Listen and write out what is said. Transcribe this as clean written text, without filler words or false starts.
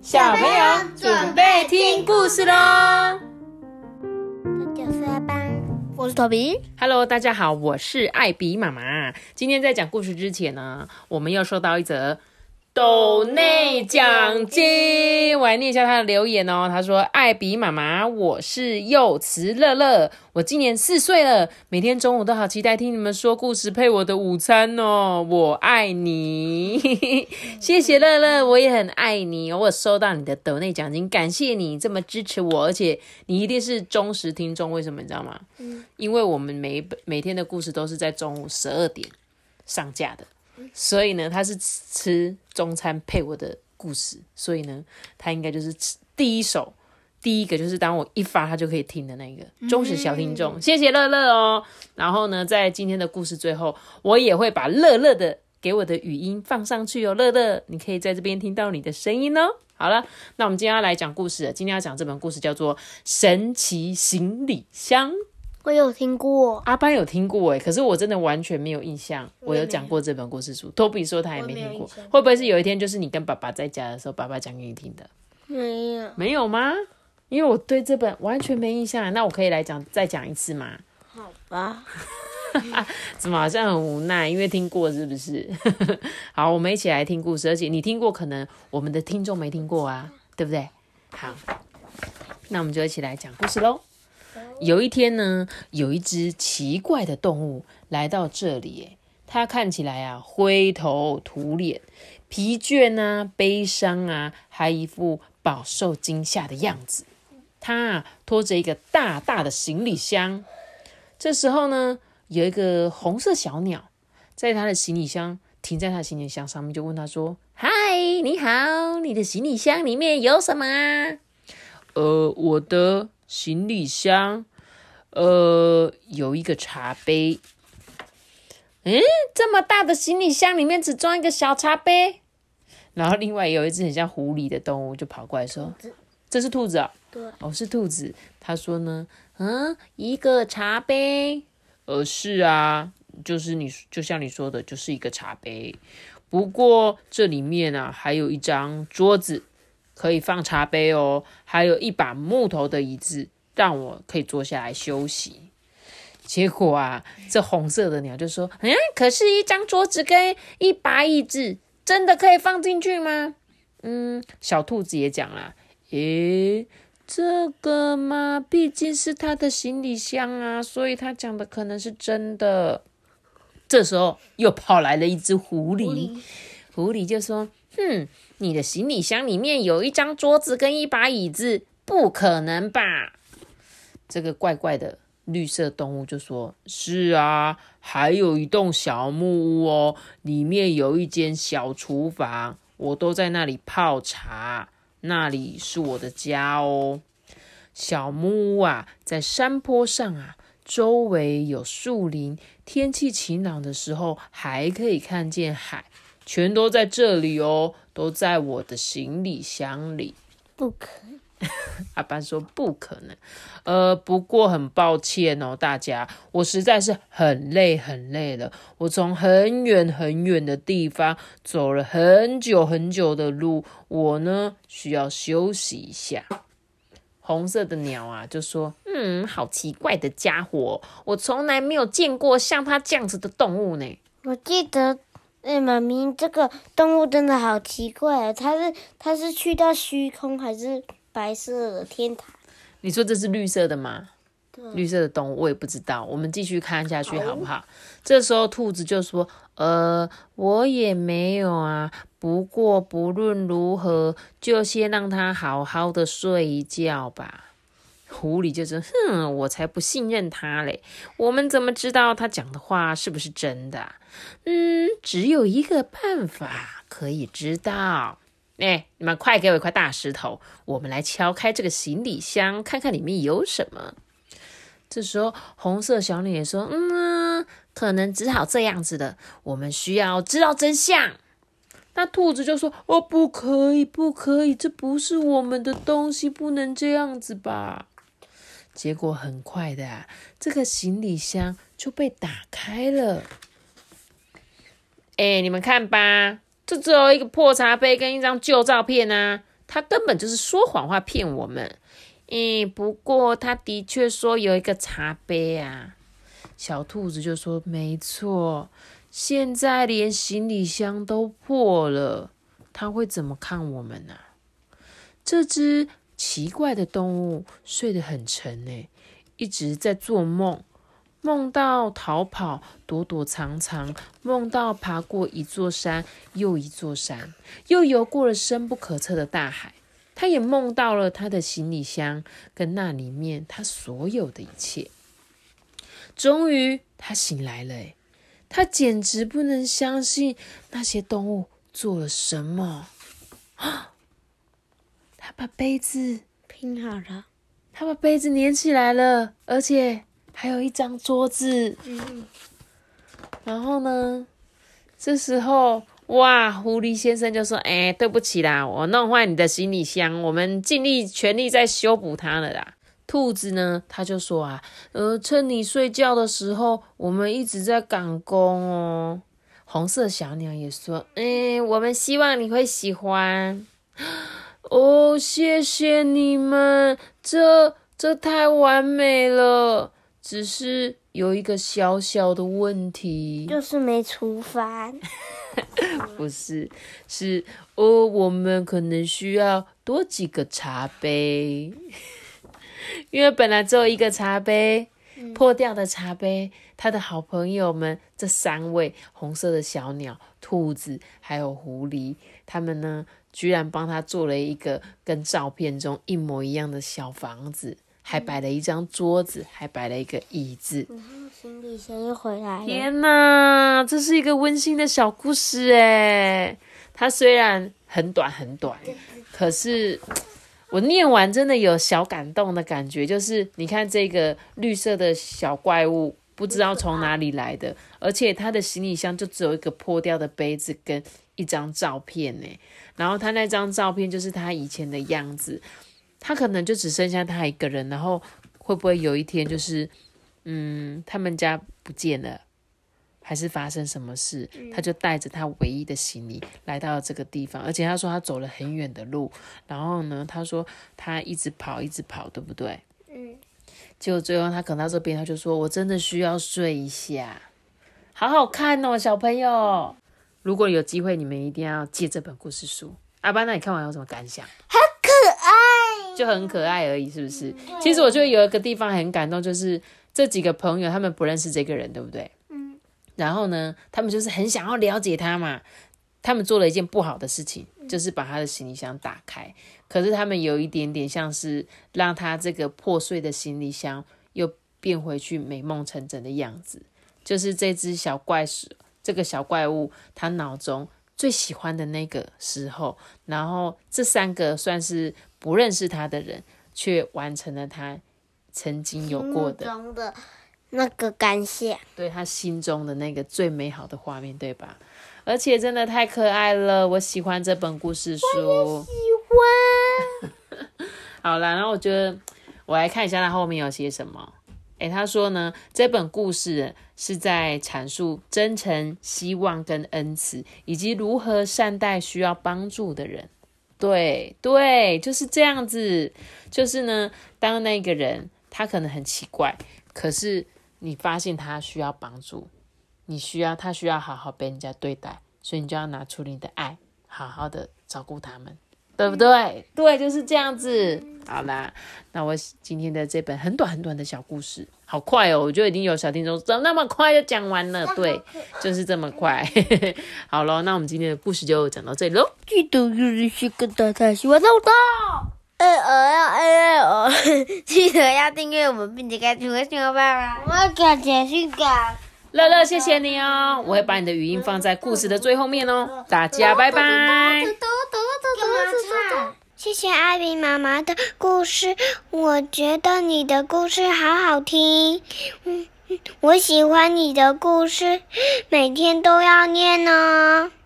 小朋友准备听故事咯。 大家是阿班，我是托比。 Hello， 大家好，我是艾比妈妈。今天在讲故事之前呢，我们又收到一则斗内奖金，我来念一下他的留言哦。他说：“艾比妈妈，我是幼慈乐乐，我今年4岁了，每天中午都好期待听你们说故事配我的午餐哦，我爱你。”谢谢乐乐，我也很爱你。我有收到你的斗内奖金，感谢你这么支持我，而且你一定是忠实听众。为什么你知道吗？因为我们每天的故事都是在中午12点上架的。所以呢，他是吃中餐配我的故事，所以呢，他应该就是第一个就是当我一发他就可以听的那个忠实小听众。谢谢乐乐哦。然后呢，在今天的故事最后，我也会把乐乐的给我的语音放上去哦。乐乐，你可以在这边听到你的声音哦。好了，那我们今天要来讲故事了。今天要讲这本故事叫做《神奇行李箱》。 我有听过， 阿班有听过可是我真的完全没有印象，我有讲过这本故事书。托比说他也没听过，会不会是有一天就是你跟爸爸在家的时候，爸爸讲给你听的？没有吗？因为我对这本完全没印象，那我可以再讲一次吗？ 好吧。 怎么好像很无奈？因为听过是不是？好，我们一起来听故事，而且你听过，可能我们的听众没听过啊，对不对？好，那我们就一起来讲故事咯。有一天呢，有一只奇怪的动物来到这里，它看起来啊灰头土脸、疲倦啊、悲伤啊，还一副饱受惊吓的样子。它拖着一个大大的行李箱。这时候呢，有一个红色小鸟在它的行李箱停在它的行李箱上面，就问它说：“嗨，你好，你的行李箱里面有什么啊？”我的行李箱，有一个茶杯。这么大的行李箱里面只装一个小茶杯。然后另外有一只很像狐狸的动物就跑过来说：“这是兔子啊？” 对， 是兔子。他说呢，一个茶杯。是啊，就像你说的，就是一个茶杯。不过这里面啊，还有一张桌子，可以放茶杯哦，还有一把木头的椅子，让我可以坐下来休息。结果啊，这红色的鸟就说：“可是一张桌子跟一把椅子，真的可以放进去吗？”小兔子也讲啦，这个嘛，毕竟是他的行李箱啊，所以他讲的可能是真的。这时候又跑来了一只狐狸，狐狸就说：“你的行李箱里面有一张桌子跟一把椅子，不可能吧？”这个怪怪的绿色动物就说：“是啊，还有一栋小木屋哦，里面有一间小厨房，我都在那里泡茶，那里是我的家哦。”小木屋啊，在山坡上啊，周围有树林，天气晴朗的时候还可以看见海，全都在这里哦，都在我的行李箱里。 不可能。 阿班说不可能。不过很抱歉哦，大家，我实在是很累了。我从很远的地方走了很久的路，我呢需要休息一下。红色的鸟啊就说：“好奇怪的家伙，我从来没有见过像它这样子的动物呢。” 我记得，妈咪，这个动物真的好奇怪，它是去到虚空还是白色的天堂？ 你说这是绿色的吗？ 对， 绿色的动物我也不知道，我们继续看下去好不好？这时候兔子就说：“我也没有啊，不过不论如何，就先让他好好的睡一觉吧。”狐狸就说：“我才不信任他嘞！我们怎么知道他讲的话是不是真的啊？只有一个办法可以知道。你们快给我一块大石头，我们来敲开这个行李箱，看看里面有什么。”这时候红色小鸟也说：“可能只好这样子的，我们需要知道真相。”那兔子就说：“不可以，这不是我们的东西，不能这样子吧。”结果很快的这个行李箱就被打开了。你们看吧，这只有一个破茶杯跟一张旧照片啊， 他根本就是说谎话骗我们。不过他的确说有一个茶杯啊。小兔子就说没错，现在连行李箱都破了，他会怎么看我们啊？这只奇怪的动物睡得很沉一直在做梦，梦到逃跑，躲躲藏藏，梦到爬过一座山又一座山，又游过了深不可测的大海。他也梦到了他的行李箱跟那里面他所有的一切。终于他醒来了他简直不能相信那些动物做了什么。他把杯子拼好了， 他把杯子粘起来了，而且还有一张桌子。然后呢，这时候哇，狐狸先生就说对不起啦，我弄坏你的行李箱，我们尽力全力在修补它了啦。兔子呢，他就说趁你睡觉的时候，我们一直在赶工哦。红色小鸟也说我们希望你会喜欢。谢谢你们，这太完美了，只是有一个小小的问题， 就是没厨房。 不是，是我们可能需要多几个茶杯。因为本来只有一个茶杯，破掉的茶杯，他的好朋友们这3位红色的小鸟、兔子还有狐狸，他们呢居然帮他做了一个跟照片中一模一样的小房子，还摆了一张桌子，还摆了一个椅子。 行李箱又回来了。 天哪，这是一个温馨的小故事它虽然很短很短，可是我念完真的有小感动的感觉，就是你看这个绿色的小怪物不知道从哪里来的，而且他的行李箱就只有一个破掉的杯子跟一张照片然后他那张照片就是他以前的样子，他可能就只剩下他一个人，然后会不会有一天就是他们家不见了，还是发生什么事，他就带着他唯一的行李来到了这个地方，而且他说他走了很远的路，然后呢他说他一直跑对不对？结果最后他可能到这边他就说我真的需要睡一下。好好看哦，小朋友，如果有机会你们一定要借这本故事书。阿班，那你看完有什么感想？ 好可爱， 就很可爱而已，是不是？其实我觉得有一个地方很感动，就是这几个朋友他们不认识这个人，对不对？然后呢，他们就是很想要了解他嘛。他们做了一件不好的事情，就是把他的行李箱打开。可是他们有一点点像是让他这个破碎的行李箱又变回去美梦成真的样子。就是这只这个小怪物，他脑中最喜欢的那个时候，然后这3个算是不认识他的人，却完成了他曾经有过的那个感谢， 对他心中的那个最美好的画面，对吧？而且真的太可爱了，我喜欢这本故事书。我也喜欢。好啦，然后我觉得我来看一下它后面有写什么。他说呢，这本故事是在阐述真诚、希望跟恩慈，以及如何善待需要帮助的人。对，就是这样子。就是呢，当那个人他可能很奇怪，可是你发现他需要帮助，他需要好好被人家对待，所以你就要拿出你的爱，好好的照顾他们，对不对？对，就是这样子。好啦，那我今天的这本很短很短的小故事，好快哦！我就已经有小听众说那么快就讲完了，对，就是这么快。好咯，那我们今天的故事就讲到这里咯。 记得就是个大大喜欢豆豆。记得要订阅我们，并且开启小铃铛。我要感谢讯感。 乐乐，谢谢你哦！我会把你的语音放在故事的最后面哦。大家拜拜。 谢谢艾比妈妈的故事，我觉得你的故事好好听。我喜欢你的故事，每天都要念哦。